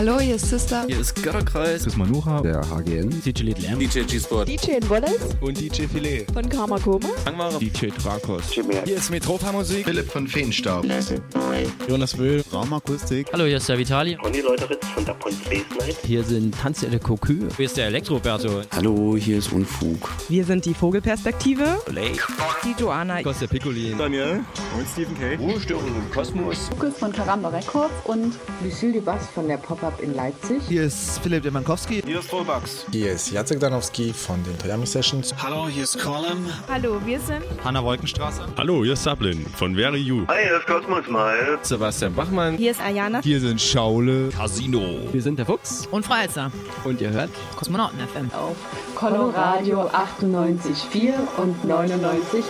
Hallo, hier ist Sister. Hier ist Götterkreis. Das ist Manuha. Der HGN. DJ Little M. DJ G-Sport. DJ Wallace. Und DJ Filet. Von Karma Koma. DJ Drakos. Hier ist Metropa Musik. Philipp von Feenstaub. Jonas Wöhl. Raumakustik. Hallo, hier ist der Vitali. Ronny Leuteritz von der Point Space Night. Hier sind Tanzelle Cocu. Hier ist der Elektroberto. Hallo, hier ist Unfug. Wir sind die Vogelperspektive. Blake. Die Joanna. Kostja Piccolin. Daniel. Und Stephen K. Ruhestörung im Kosmos. Lukas von Karamba Records und Lucille Dubas von der Pop-Up in Leipzig. Hier ist Philipp Demankowski. Hier ist Rollbugs. Hier ist Jacek Danowski von den Toyami Sessions. Hallo, hier ist Colin. Hallo, wir sind Hanna Wolkenstraße. Hallo, hier ist Sablin von Very You. Hi, hier ist Cosmos Smile. Sebastian Bachmann. Hier ist Ayana. Hier sind Schaule. Casino. Wir sind der Fuchs. Und Frau Elster. Und ihr hört Kosmonauten FM. Auf Coloradio 98,4 und 99,3.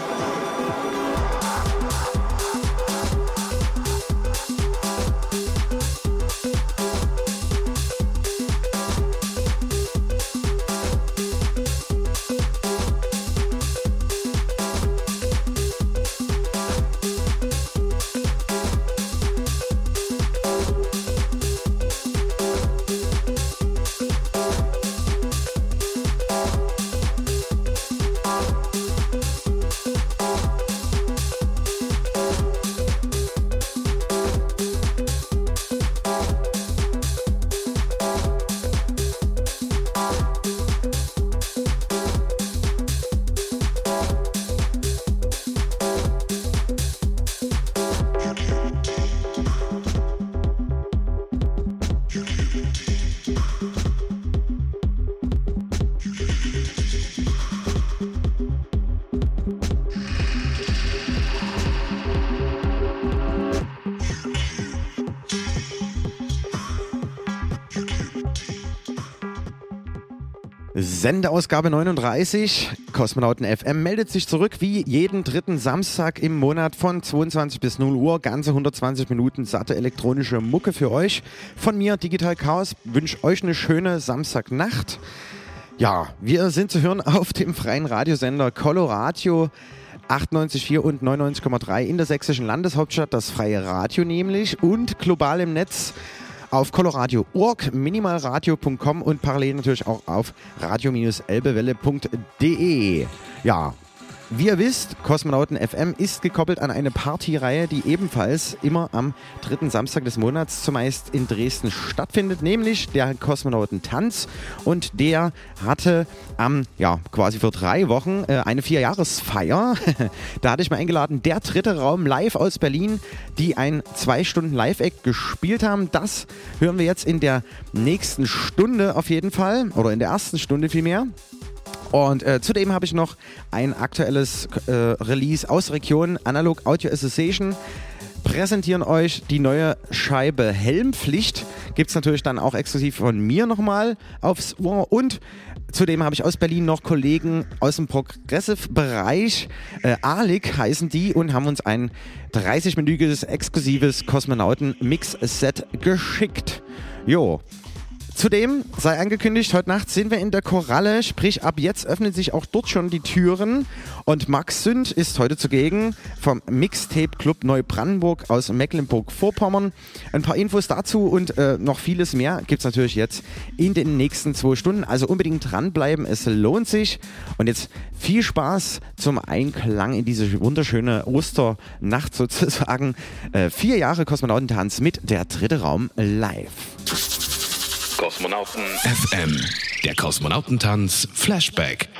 Sendeausgabe 39, Kosmonauten FM meldet sich zurück wie jeden dritten Samstag im Monat von 22 bis 0 Uhr. Ganze 120 Minuten satte elektronische Mucke für euch. Von mir, Digital Chaos, wünsche euch eine schöne Samstagnacht. Ja, wir sind zu hören auf dem freien Radiosender Coloradio 98,4 und 99,3 in der sächsischen Landeshauptstadt, das freie Radio nämlich, und global im Netz auf coloradio.org, minimalradio.com und parallel natürlich auch auf radio-elbewelle.de. Ja, wie ihr wisst, Kosmonauten FM ist gekoppelt an eine Partyreihe, die ebenfalls immer am dritten Samstag des Monats zumeist in Dresden stattfindet, nämlich der Kosmonautentanz. Und der hatte quasi vor 3 Wochen eine 4-Jahresfeier. Da hatte ich mal eingeladen, der dritte Raum live aus Berlin, die ein 2-Stunden-Live-Act gespielt haben. Das hören wir jetzt in der nächsten Stunde auf jeden Fall, oder in der ersten Stunde vielmehr. Und zudem habe ich noch ein aktuelles Release aus der Region, Analog Audio Association, präsentieren euch die neue Scheibe Helmpflicht. Gibt es natürlich dann auch exklusiv von mir nochmal aufs Ohr. Und zudem habe ich aus Berlin noch Kollegen aus dem Progressive-Bereich, ALIC heißen die, und haben uns ein 30-minütiges exklusives Kosmonauten-Mix-Set geschickt. Jo. Zudem sei angekündigt, heute Nacht sind wir in der Koralle, sprich ab jetzt öffnen sich auch dort schon die Türen, und Max Sünd ist heute zugegen vom Mixtape Club Neubrandenburg aus Mecklenburg-Vorpommern. Ein paar Infos dazu und noch vieles mehr gibt es natürlich jetzt in den nächsten 2 Stunden, also unbedingt dranbleiben, es lohnt sich. Und jetzt viel Spaß zum Einklang in diese wunderschöne Osternacht sozusagen. 4 Jahre Kosmonautentanz mit der dritte Raum live. Kosmonauten FM, der Kosmonautentanz Flashback.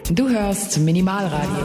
Du hörst Minimalradio.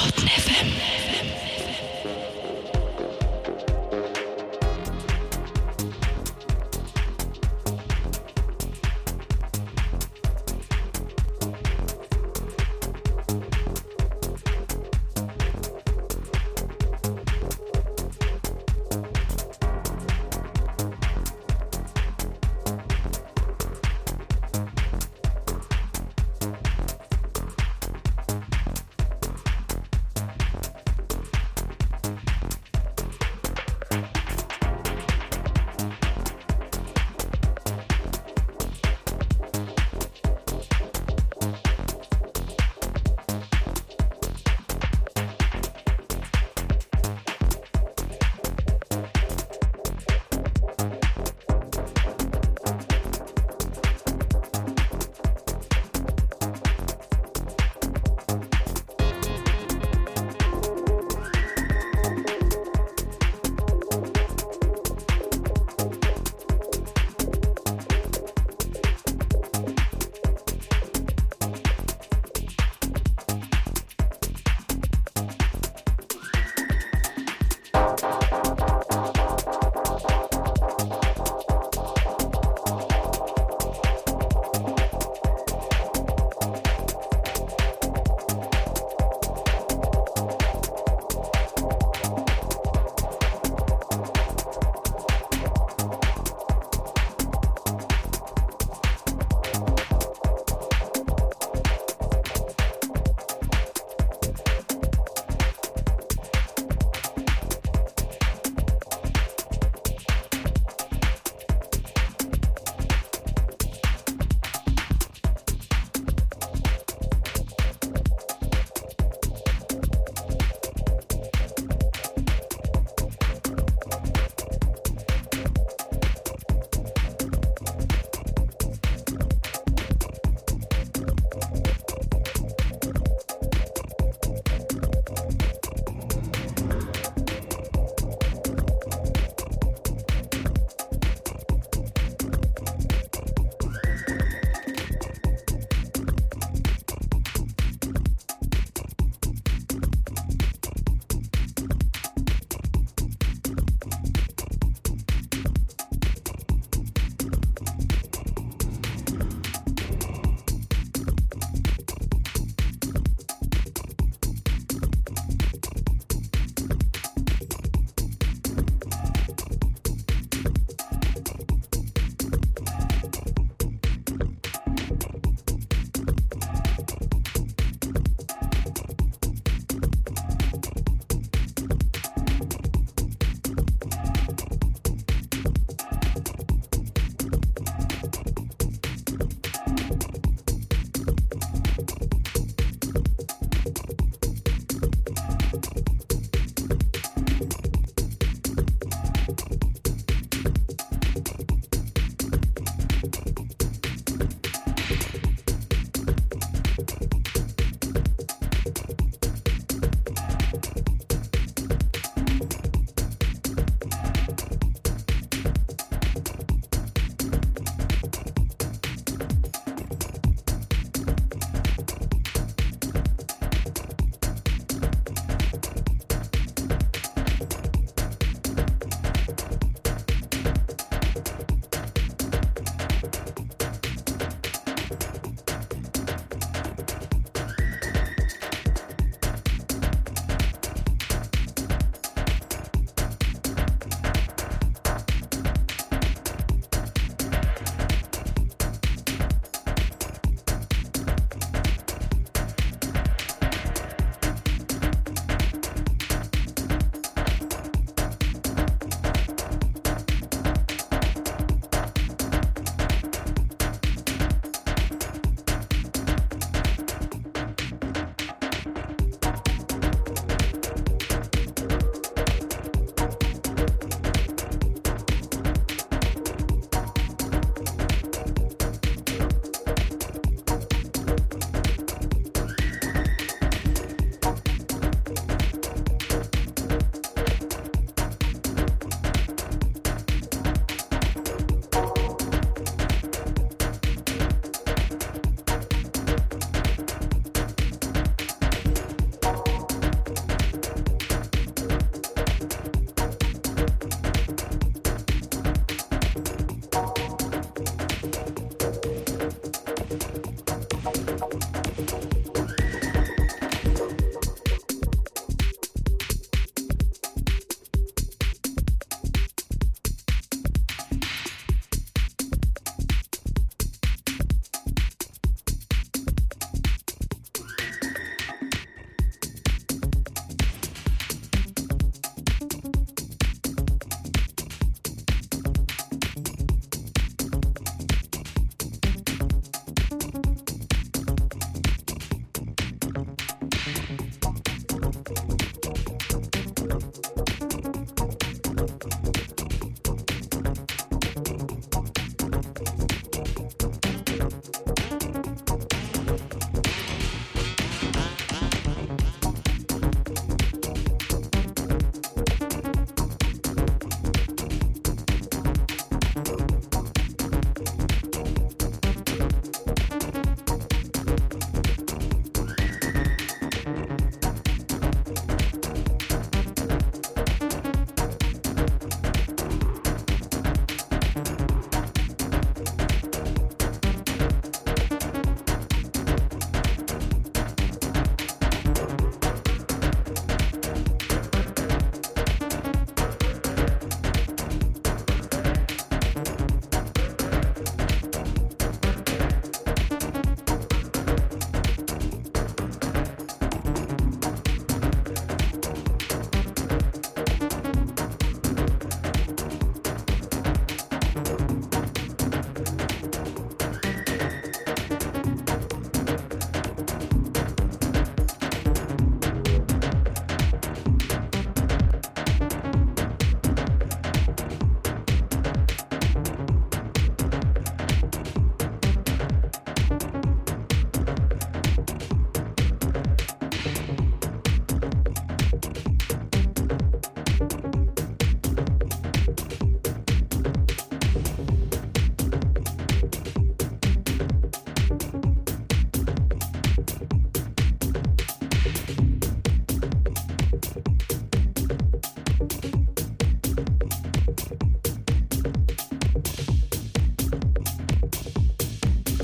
Kosmonauten FM.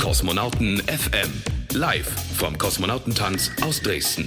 Kosmonauten FM. Live vom Kosmonautentanz aus Dresden.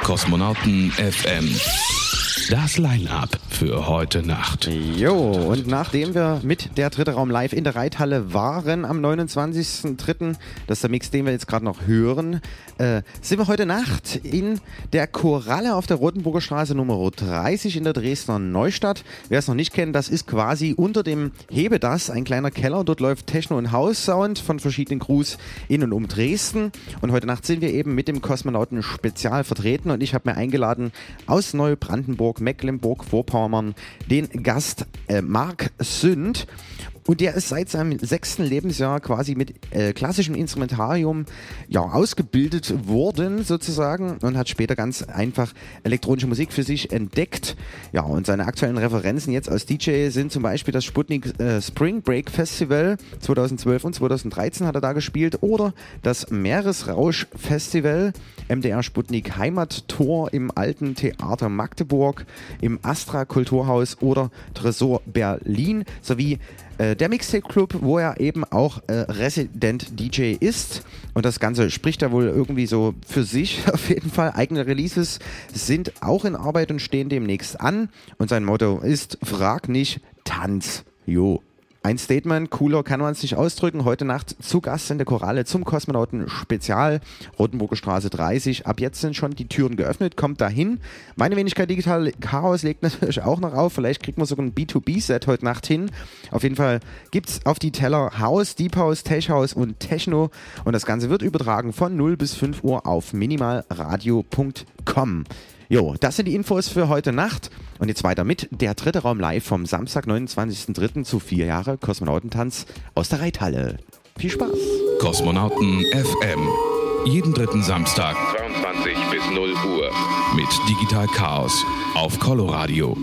Kosmonauten FM. Das Line-Up für heute Nacht. Jo, und nachdem wir mit der Dritte Raum live in der Reithalle waren am 29.03., das ist der Mix, den wir jetzt gerade noch hören, sind wir heute Nacht in der Koralle auf der Rotenburger Straße Nummer 30 in der Dresdner Neustadt. Wer es noch nicht kennt, das ist quasi unter dem Hebedas, ein kleiner Keller. Dort läuft Techno- und House-Sound von verschiedenen Crews in und um Dresden. Und heute Nacht sind wir eben mit dem Kosmonauten Spezial vertreten und ich habe mir eingeladen aus Neubrandenburg, Mecklenburg-Vorpommern, den Gast Marc Sünd. Und der ist seit seinem 6. Lebensjahr quasi mit klassischem Instrumentarium ausgebildet worden sozusagen und hat später ganz einfach elektronische Musik für sich entdeckt. Ja, und seine aktuellen Referenzen jetzt als DJ sind zum Beispiel das Sputnik Spring Break Festival 2012 und 2013 hat er da gespielt oder das Meeresrausch Festival, MDR Sputnik Heimattour im Alten Theater Magdeburg, im Astra Kulturhaus oder Tresor Berlin sowie der Mixtape Club, wo er eben auch Resident DJ ist. Und das Ganze spricht da wohl irgendwie so für sich. Auf jeden Fall, eigene Releases sind auch in Arbeit und stehen demnächst an. Und sein Motto ist, frag nicht, tanz. Jo. Ein Statement, cooler kann man es nicht ausdrücken. Heute Nacht zu Gast in der Koralle zum Kosmonauten Spezial, Rotenburger Straße 30. Ab jetzt sind schon die Türen geöffnet, kommt dahin. Meine Wenigkeit Digital Chaos legt natürlich auch noch auf. Vielleicht kriegt man sogar ein B2B-Set heute Nacht hin. Auf jeden Fall gibt es auf die Teller House, Deep House, Tech House und Techno. Und das Ganze wird übertragen von 0 bis 5 Uhr auf minimalradio.com. Jo, das sind die Infos für heute Nacht. Und jetzt weiter mit der Dritte Raum live vom Samstag, 29.03. zu 4 Jahre Kosmonautentanz aus der Reithalle. Viel Spaß. Kosmonauten FM. Jeden dritten Samstag, 22 bis 0 Uhr. Mit Digital Chaos auf Coloradio.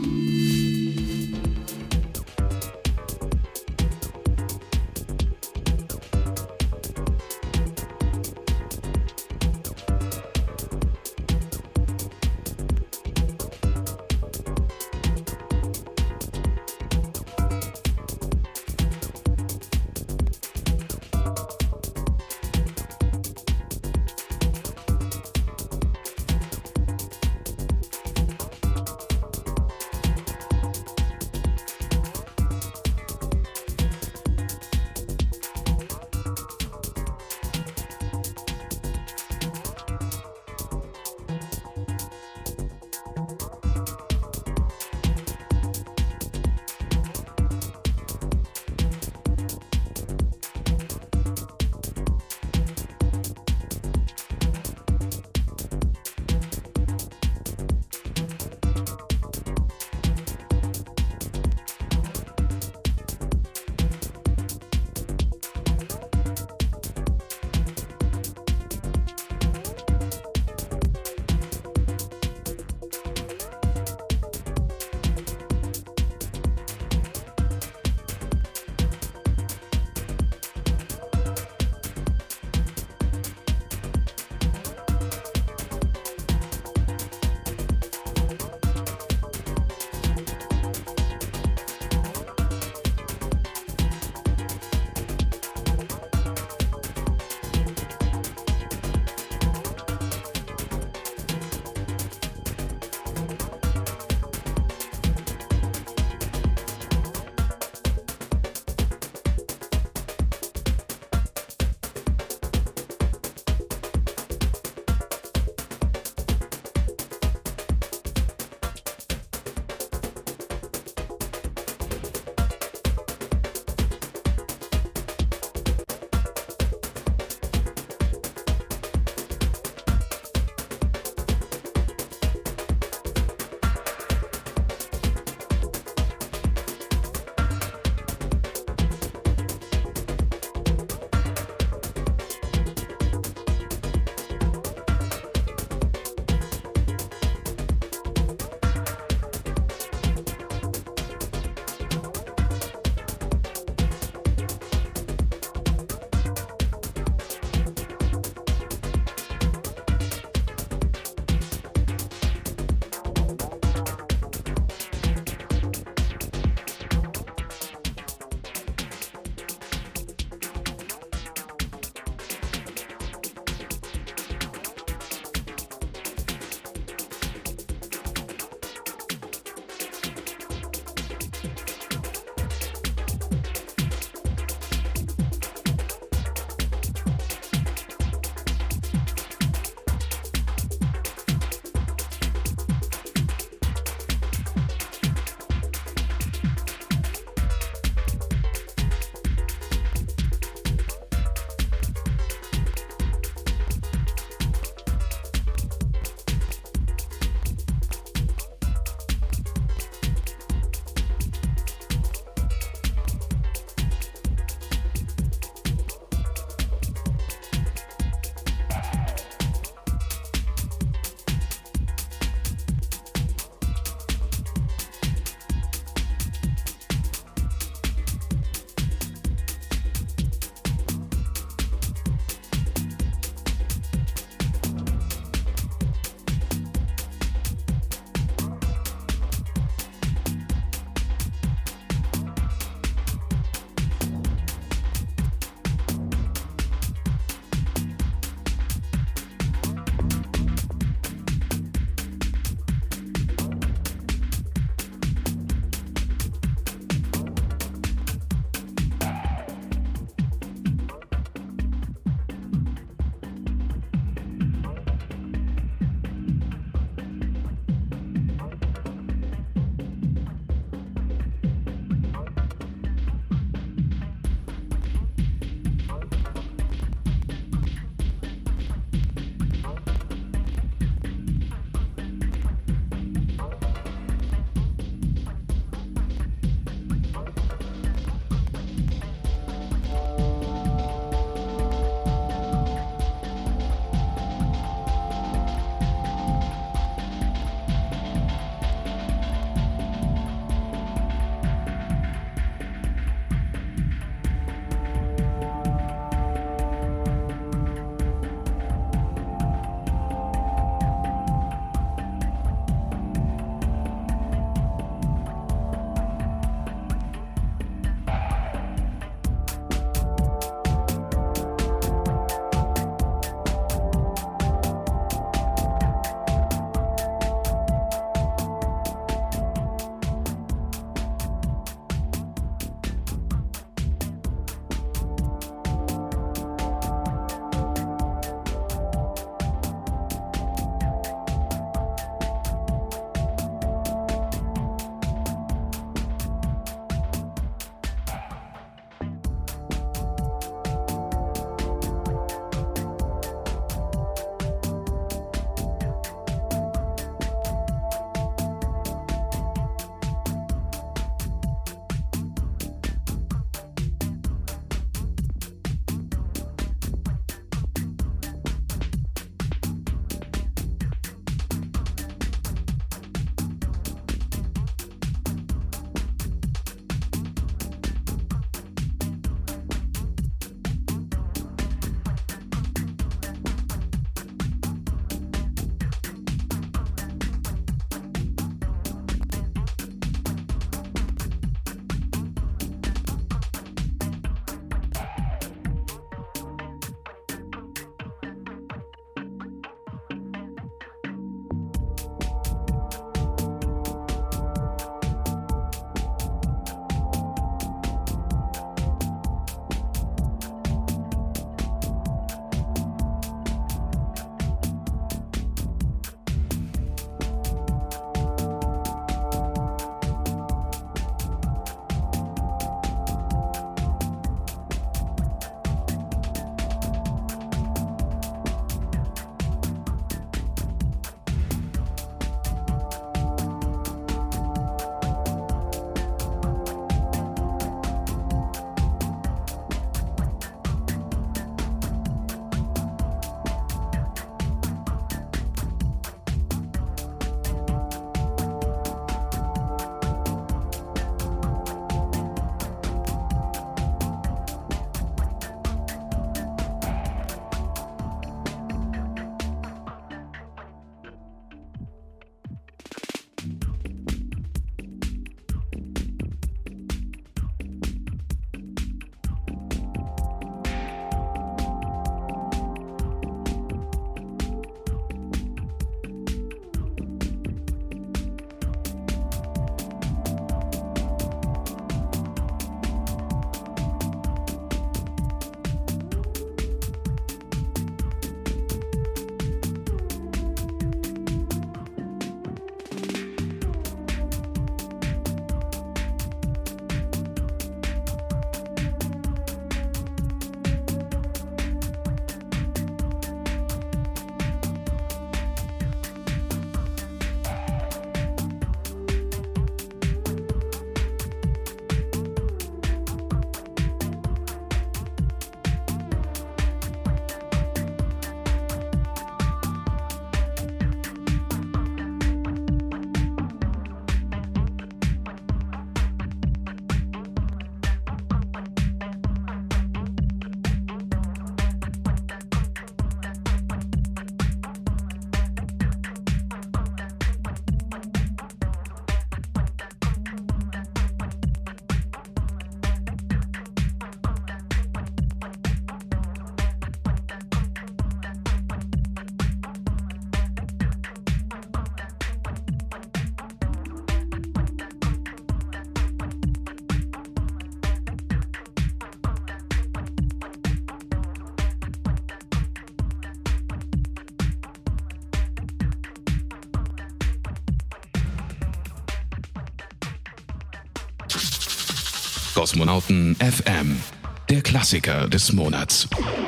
Kosmonauten FM, der Klassiker des Monats.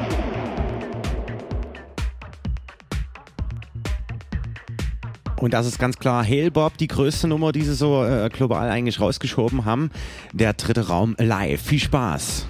Und das ist ganz klar Hail Bob, die größte Nummer, die sie so global eigentlich rausgeschoben haben. Der dritte Raum live. Viel Spaß.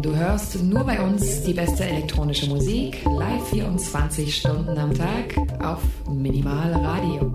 Du hörst nur bei uns die beste elektronische Musik, live 24 Stunden am Tag auf Minimal Radio.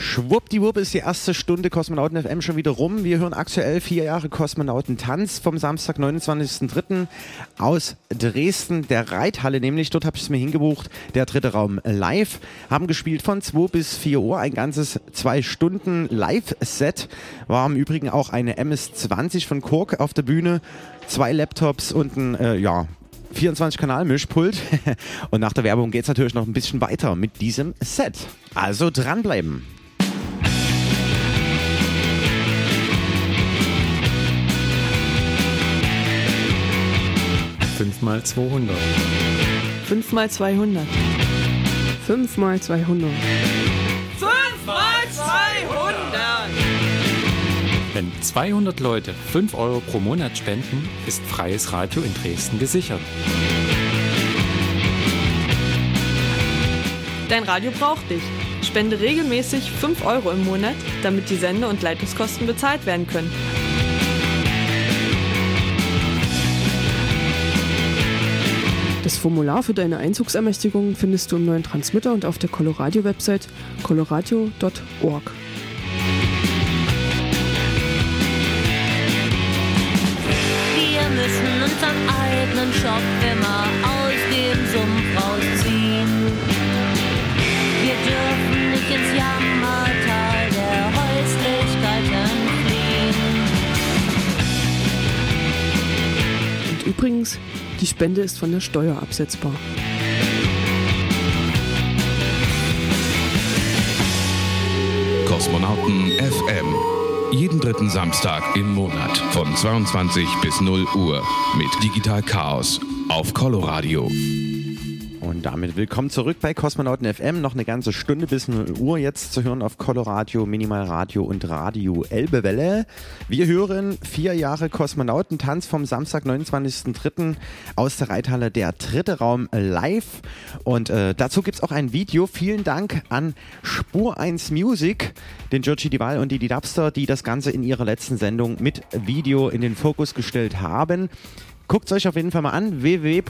Schwuppdiwupp ist die erste Stunde Kosmonauten FM schon wieder rum. Wir hören aktuell 4 Jahre Kosmonautentanz vom Samstag, 29.03. aus Dresden, der Reithalle nämlich. Dort habe ich es mir hingebucht. Der dritte Raum live. Haben gespielt von 2 bis 4 Uhr. Ein ganzes 2 Stunden Live-Set. War im Übrigen auch eine MS-20 von Kork auf der Bühne. 2 Laptops und ein, 24-Kanal-Mischpult. Und nach der Werbung geht es natürlich noch ein bisschen weiter mit diesem Set. Also dranbleiben. 5 mal 200. 5 mal 200. 5 mal 200. 5 mal 200! Wenn 200 Leute 5 Euro pro Monat spenden, ist freies Radio in Dresden gesichert. Dein Radio braucht dich. Spende regelmäßig 5 Euro im Monat, damit die Sende- und Leitungskosten bezahlt werden können. Das Formular für deine Einzugsermächtigung findest du im neuen Transmitter und auf der Coloradio-Website coloradio.org. Wir müssen unseren eigenen Schopf immer aus dem Sumpf rausziehen. Wir dürfen nicht ins Jammertal der Häuslichkeiten fliehen. Und übrigens, die Spende ist von der Steuer absetzbar. Kosmonauten FM. Jeden dritten Samstag im Monat von 22 bis 0 Uhr mit Digital Chaos auf Coloradio. Und damit willkommen zurück bei Kosmonauten FM. Noch eine ganze Stunde bis 0 Uhr jetzt zu hören auf Coloradio, Minimalradio und Radio Elbewelle. Wir hören 4 Jahre Kosmonautentanz vom Samstag, 29.03. aus der Reithalle, der dritte Raum live. Und dazu gibt es auch ein Video. Vielen Dank an Spur 1 Music, den Georgie Duval und die Dubster, die das Ganze in ihrer letzten Sendung mit Video in den Fokus gestellt haben. Guckt es euch auf jeden Fall mal an,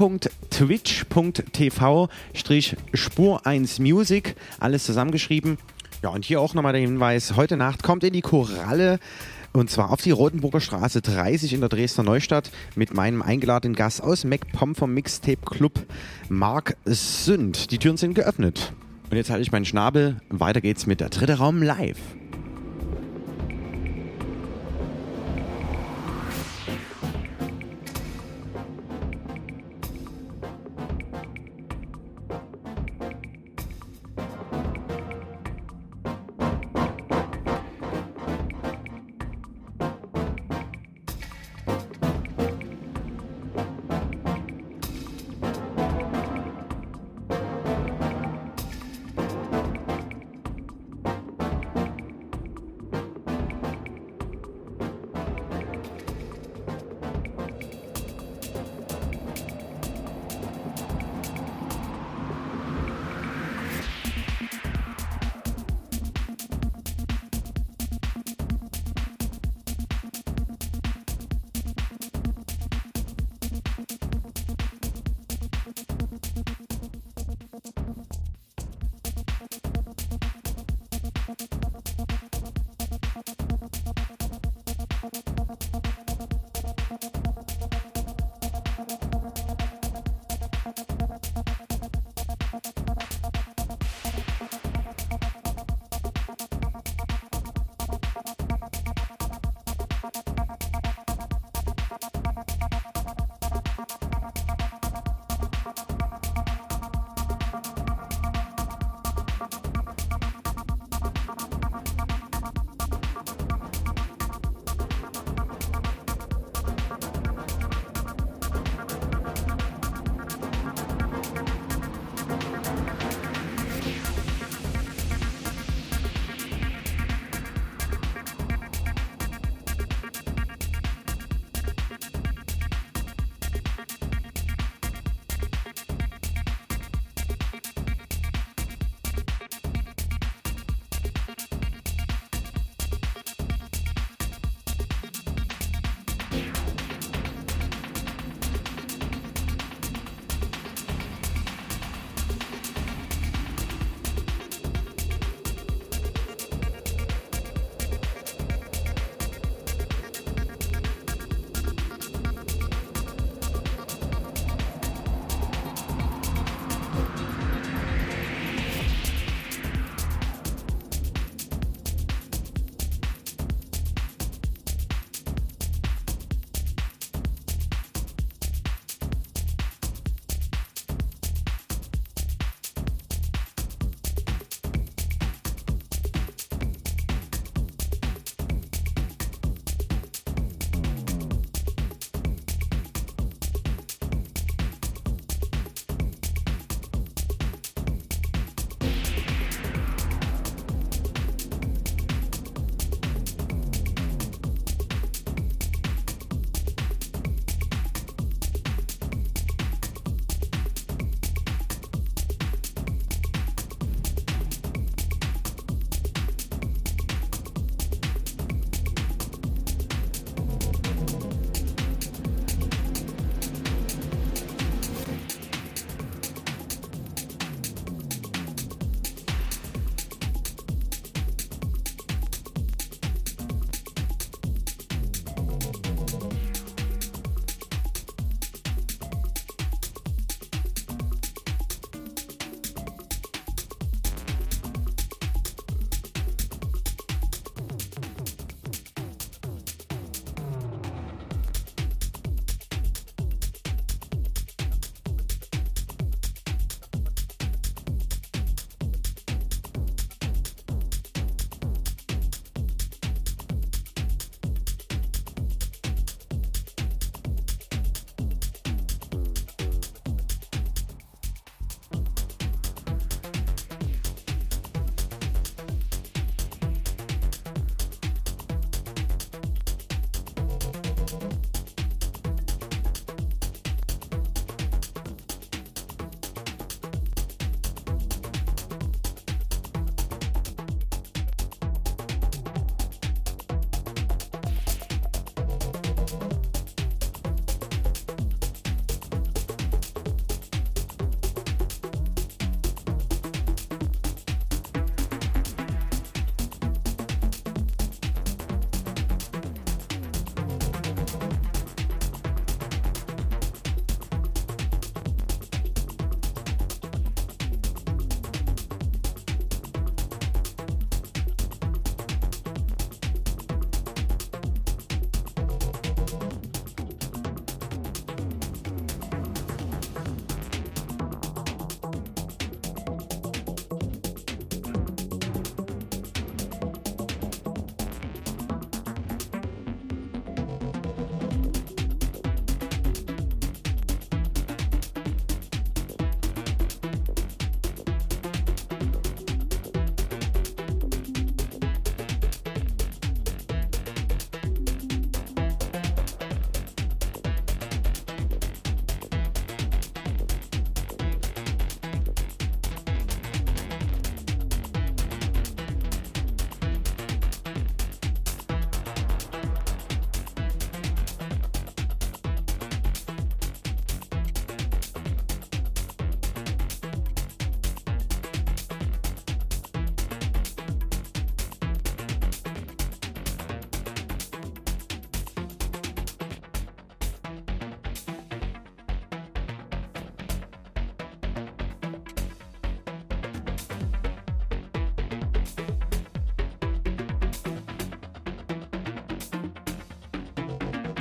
www.twitch.tv/Spur1Music, alles zusammengeschrieben. Ja, und hier auch nochmal der Hinweis, heute Nacht kommt in die Koralle, und zwar auf die Rotenburger Straße 30 in der Dresdner Neustadt mit meinem eingeladenen Gast aus MacPom vom Mixtape Club, Mark Sünd. Die Türen sind geöffnet. Und jetzt halte ich meinen Schnabel, weiter geht's mit der dritte Raum live.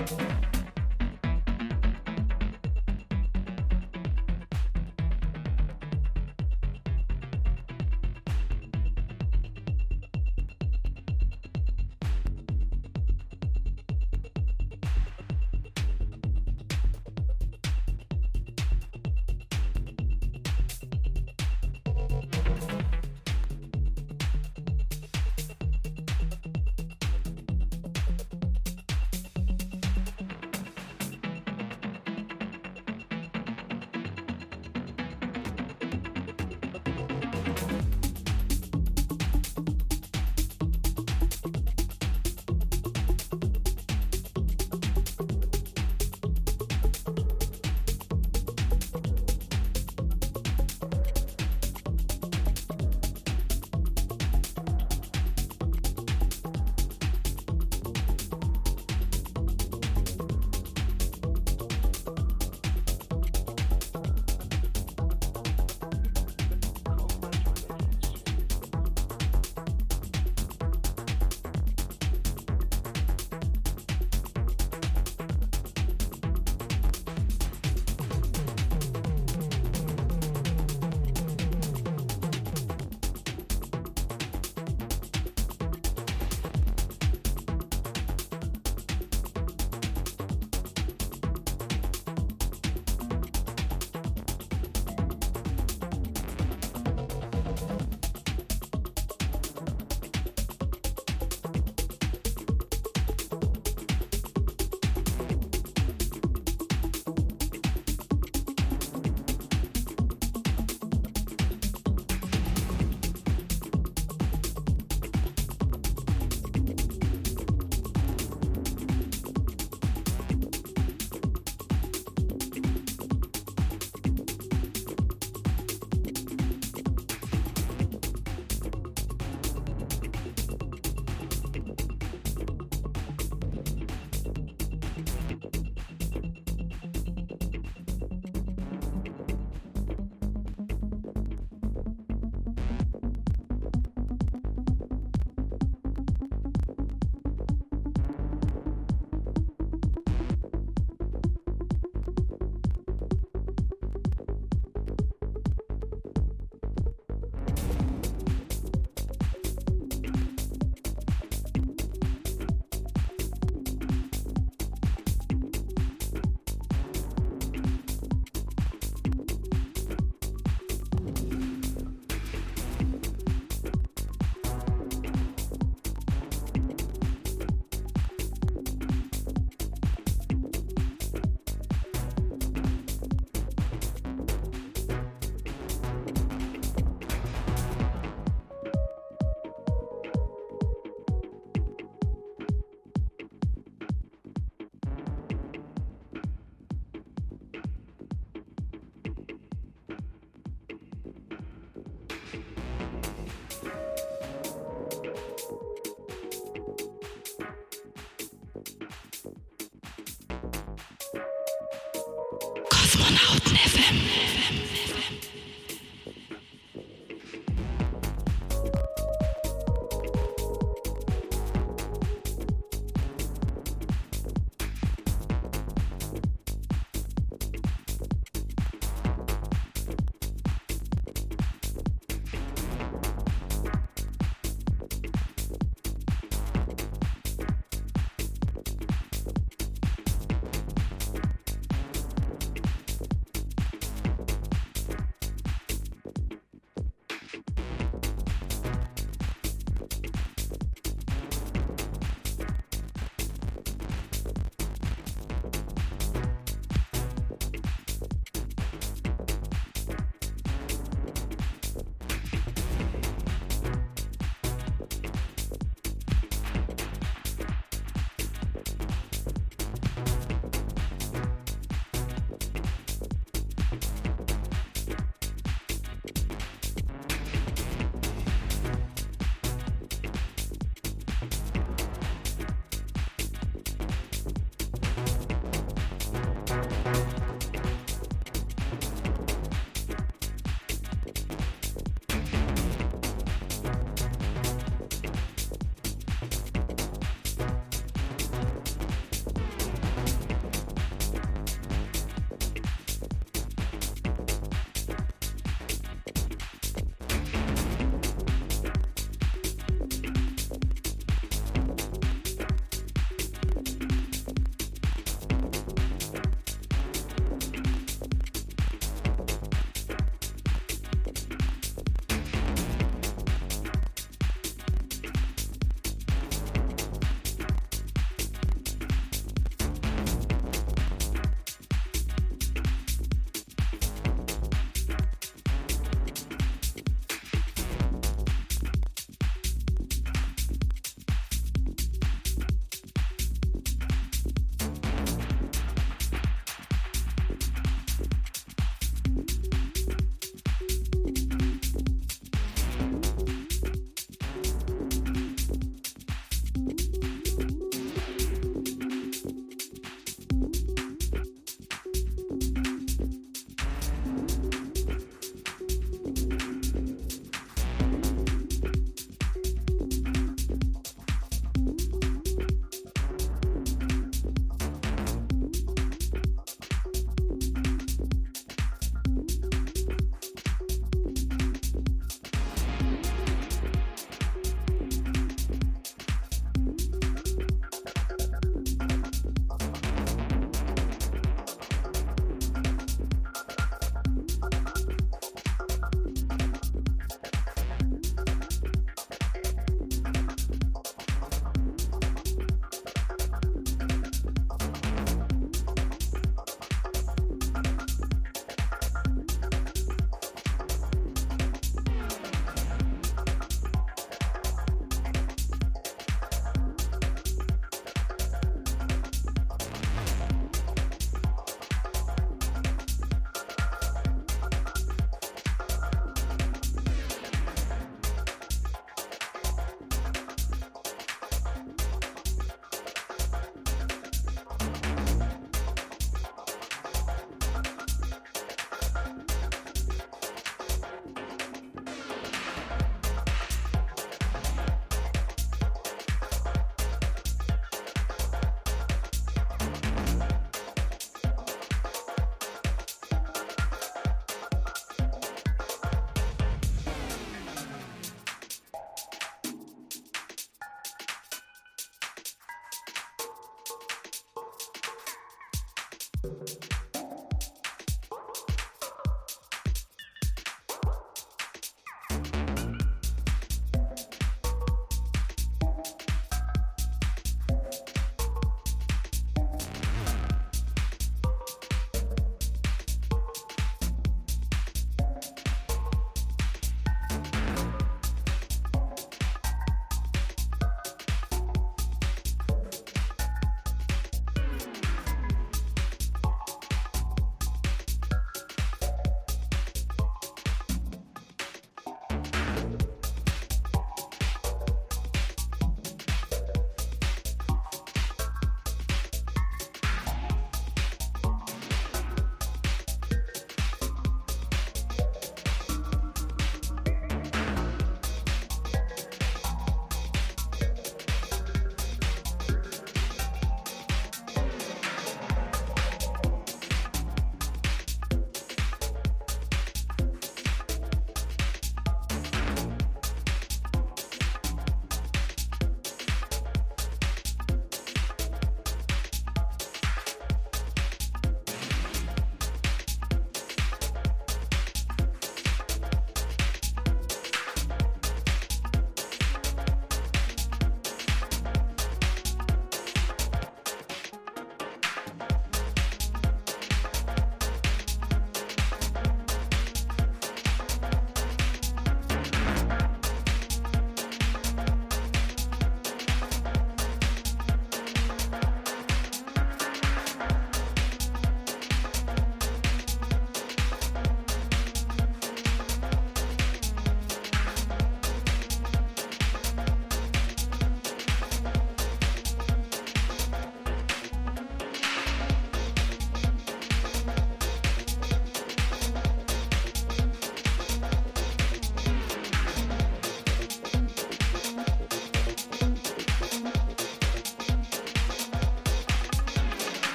Kosmonauten FM.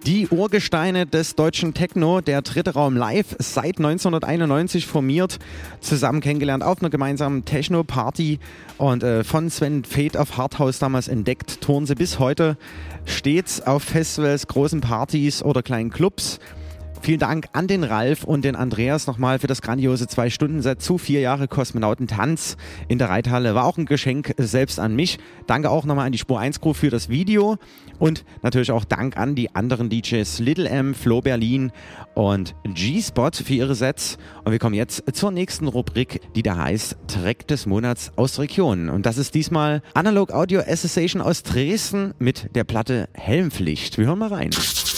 Die Urgesteine des deutschen Techno, der dritte Raum live, seit 1991 formiert, zusammen kennengelernt auf einer gemeinsamen Techno-Party und von Sven Fate auf Hardhouse damals entdeckt, touren sie bis heute stets auf Festivals, großen Partys oder kleinen Clubs. Vielen Dank an den Ralf und den Andreas nochmal für das grandiose 2-Stunden-Set zu 4 Jahre Kosmonautentanz in der Reithalle. War auch ein Geschenk selbst an mich. Danke auch nochmal an die Spur 1 Crew für das Video und natürlich auch Dank an die anderen DJs Little M, Flo Berlin und G-Spot für ihre Sets. Und wir kommen jetzt zur nächsten Rubrik, die da heißt Track des Monats aus der Region. Und das ist diesmal Analog Audio Association aus Dresden mit der Platte Helmpflicht. Wir hören mal rein.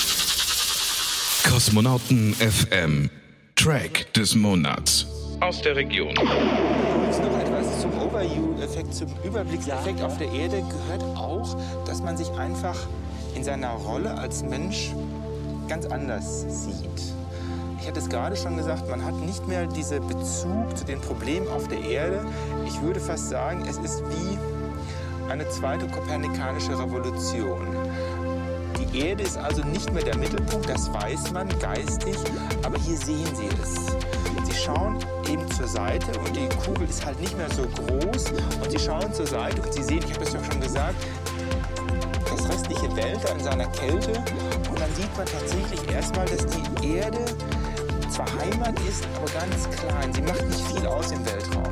Kosmonauten FM, Track des Monats aus der Region. Übrigens noch etwas zum Overview-Effekt, zum Überblickseffekt auf der Erde gehört auch, dass man sich einfach in seiner Rolle als Mensch ganz anders sieht. Ich hatte es gerade schon gesagt, man hat nicht mehr diesen Bezug zu den Problemen auf der Erde. Ich würde fast sagen, es ist wie eine zweite kopernikanische Revolution. Die Erde ist also nicht mehr der Mittelpunkt, das weiß man geistig, aber hier sehen Sie es. Sie schauen eben zur Seite und die Kugel ist halt nicht mehr so groß und Sie schauen zur Seite und Sie sehen, ich habe es ja schon gesagt, das restliche Weltall in seiner Kälte und dann sieht man tatsächlich erstmal, dass die Erde zwar Heimat ist, aber ganz klein. Sie macht nicht viel aus im Weltraum.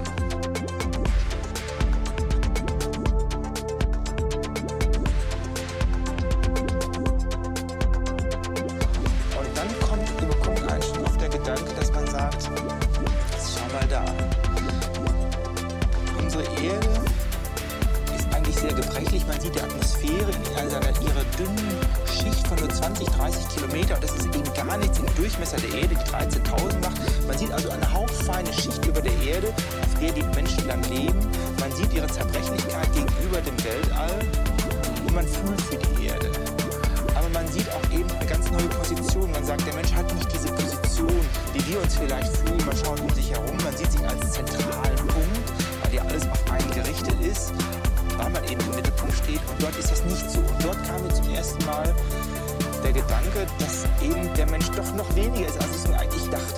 Man sieht die Atmosphäre in ihrer dünnen Schicht von nur 20, 30 Kilometer und das ist eben gar nichts im Durchmesser der Erde, die 13.000 macht. Man sieht also eine hauchfeine Schicht über der Erde, auf der die Menschen dann leben. Man sieht ihre Zerbrechlichkeit gegenüber dem Weltall und man fühlt für die Erde. Aber man sieht auch eben eine ganz neue Position. Man sagt, der Mensch hat nicht diese Position, die wir uns vielleicht fühlen. Man schaut um sich herum, man sieht sich als zentralen Punkt, weil ja alles auf einen gerichtet ist, weil man eben im Mittelpunkt steht und dort ist das nicht so. Und dort kam mir zum ersten Mal der Gedanke, dass eben der Mensch doch noch weniger ist, als ich mir eigentlich dachte.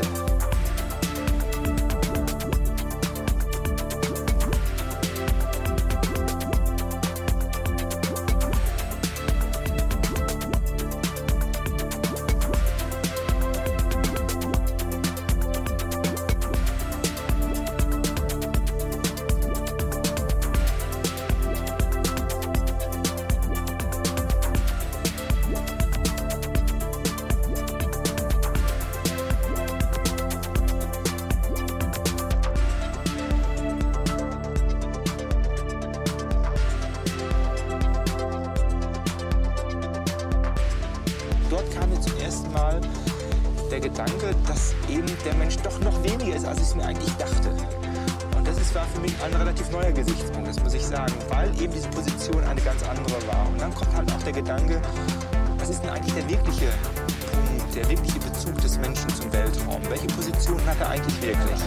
Der Gedanke, dass eben der Mensch doch noch weniger ist, als ich es mir eigentlich dachte. Und das war für mich ein relativ neuer Gesichtspunkt, das muss ich sagen, weil eben diese Position eine ganz andere war. Und dann kommt halt auch der Gedanke, was ist denn eigentlich der wirkliche Punkt, der wirkliche Bezug des Menschen zum Weltraum? Welche Position hat er eigentlich wirklich?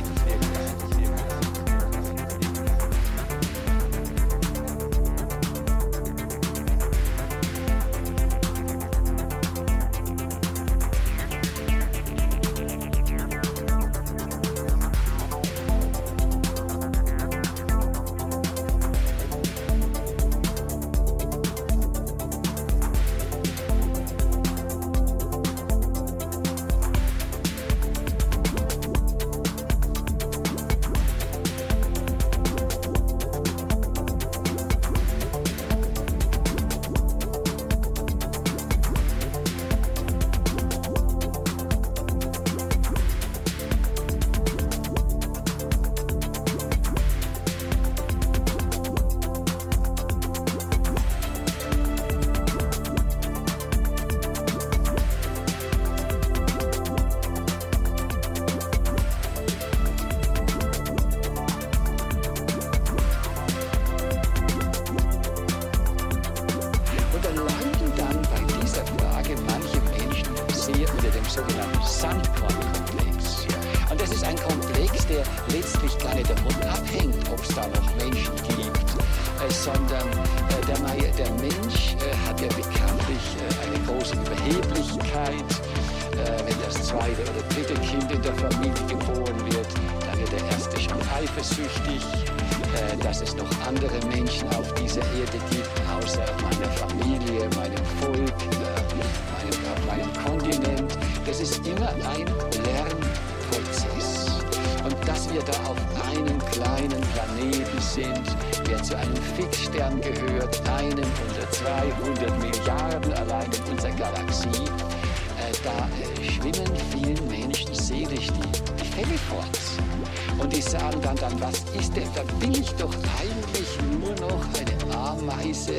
der letztlich gar nicht davon abhängt, ob es da noch Menschen gibt, sondern der Mensch hat ja bekanntlich eine große Überheblichkeit. Wenn das zweite oder dritte Kind in der Familie geboren wird, dann wird der erste schon eifersüchtig, dass es noch andere Menschen auf dieser Erde gibt, außer meiner Familie, meinem Volk, meinem Kontinent. Das ist immer ein Lernprozess. Und dass wir da auf einem kleinen Planeten sind, der zu einem Fixstern gehört, einem unter 200 Milliarden allein in unserer Galaxie, da schwimmen vielen Menschen seelisch die Fälle fort. Und die sagen dann, was ist denn, da bin ich doch eigentlich nur noch eine Ameise.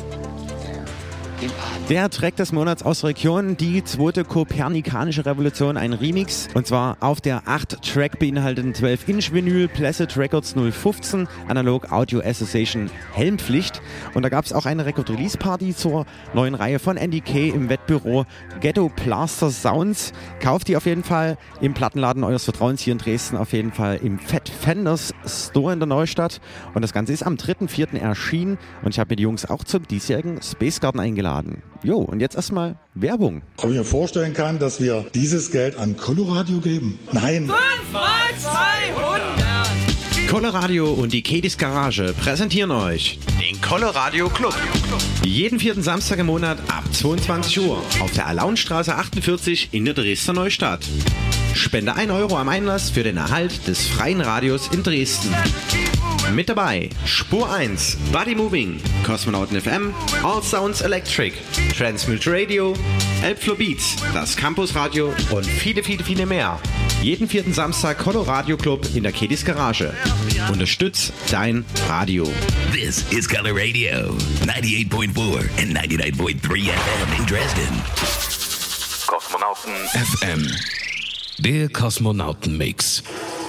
Der Track des Monats aus der Region, die zweite kopernikanische Revolution, ein Remix. Und zwar auf der 8-Track beinhalteten 12-Inch-Vinyl Placid Records 015 Analog Audio Association Helmpflicht. Und da gab es auch eine Record-Release-Party zur neuen Reihe von Andy Kay im Wettbüro Ghetto Blaster Sounds. Kauft die auf jeden Fall im Plattenladen eures Vertrauens hier in Dresden, auf jeden Fall im Fat Fenders Store in der Neustadt. Und das Ganze ist am 3.4. erschienen. Und ich habe mir die Jungs auch zum diesjährigen Space Garden eingeladen. Jo, und jetzt erstmal Werbung. Ob ich mir vorstellen kann, dass wir dieses Geld an Coloradio geben? Nein. 5 mal 200. Coloradio und die Kedis Garage präsentieren euch den Coloradio Club. Jeden 4. Samstag im Monat ab 22 Uhr auf der Alaunstraße 48 in der Dresdner Neustadt. Spende 1 Euro am Einlass für den Erhalt des freien Radios in Dresden. Mit dabei Spur 1, Body Moving, Kosmonauten FM, All Sounds Electric, Transmute Radio, Elbflow Beats, das Campus Radio und viele, viele, viele mehr. Jeden 4. Samstag Coloradio Club in der Kedis Garage. Unterstütz dein Radio. This is Color Radio, 98.4 and 99.3 FM in Dresden. Kosmonauten FM. Der Kosmonauten-Mix.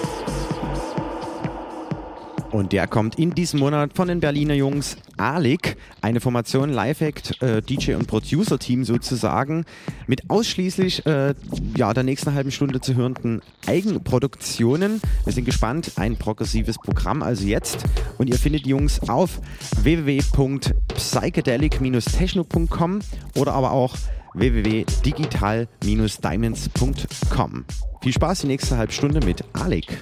Und der kommt in diesem Monat von den Berliner Jungs Alik, eine Formation Live-Act, DJ und Producer-Team sozusagen, mit ausschließlich der nächsten halben Stunde zu hörenden Eigenproduktionen. Wir sind gespannt, ein progressives Programm also jetzt. Und ihr findet die Jungs auf www.psychedelic-techno.com oder aber auch www.digital-diamonds.com. Viel Spaß die nächste halbe Stunde mit Alik.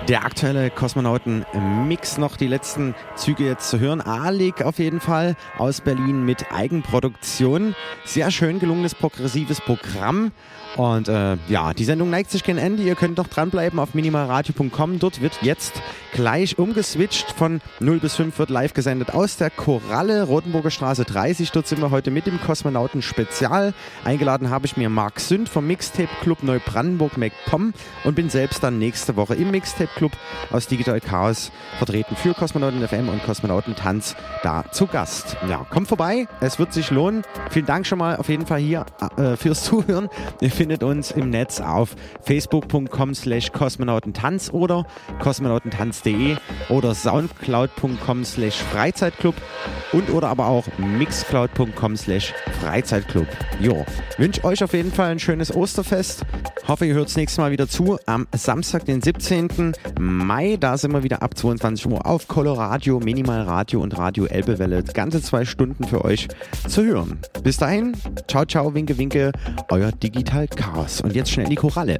Der aktuelle Kosmonauten-Mix, noch die letzten Züge jetzt zu hören. Alik auf jeden Fall aus Berlin mit Eigenproduktion. Sehr schön gelungenes, progressives Programm. Und die Sendung neigt sich gegen Ende. Ihr könnt noch dranbleiben auf minimalradio.com. Dort wird jetzt gleich umgeswitcht. Von 0 bis 5 wird live gesendet aus der Koralle, Rotenburger Straße 30. Dort sind wir heute mit dem Kosmonauten-Spezial. Eingeladen habe ich mir Marc Sünd vom Mixtape Club Neubrandenburg MacPom und bin selbst dann nächste Woche im Mixtape Club aus Digital Chaos vertreten für Kosmonauten FM und Kosmonautentanz da zu Gast. Ja, kommt vorbei, es wird sich lohnen. Vielen Dank schon mal auf jeden Fall hier fürs Zuhören. Ihr findet uns im Netz auf facebook.com/kosmonautentanz oder kosmonautentanz.de oder soundcloud.com/freizeitclub und oder aber auch mixcloud.com/freizeitclub. Jo, wünsche euch auf jeden Fall ein schönes Osterfest. Hoffe, ihr hört das nächste Mal wieder zu. Am Samstag, den 17. Mai, da sind wir wieder ab 22 Uhr auf Coloradio, Minimalradio und Radio Elbewelle. Ganze 2 Stunden für euch zu hören. Bis dahin, ciao, ciao, winke, winke, euer Digital Chaos. Und jetzt schnell die Koralle.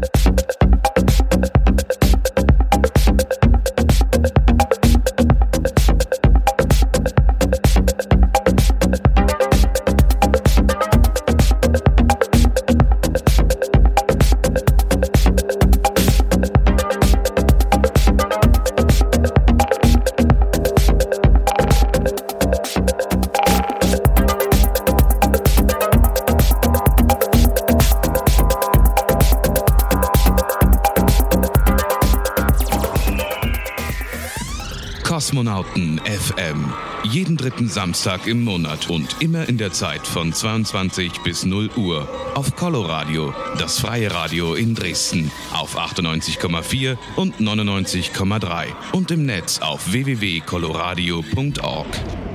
Kosmonauten FM. Jeden 3. Samstag im Monat und immer in der Zeit von 22 bis 0 Uhr. Auf Coloradio, das freie Radio in Dresden. Auf 98,4 und 99,3. Und im Netz auf www.coloradio.org.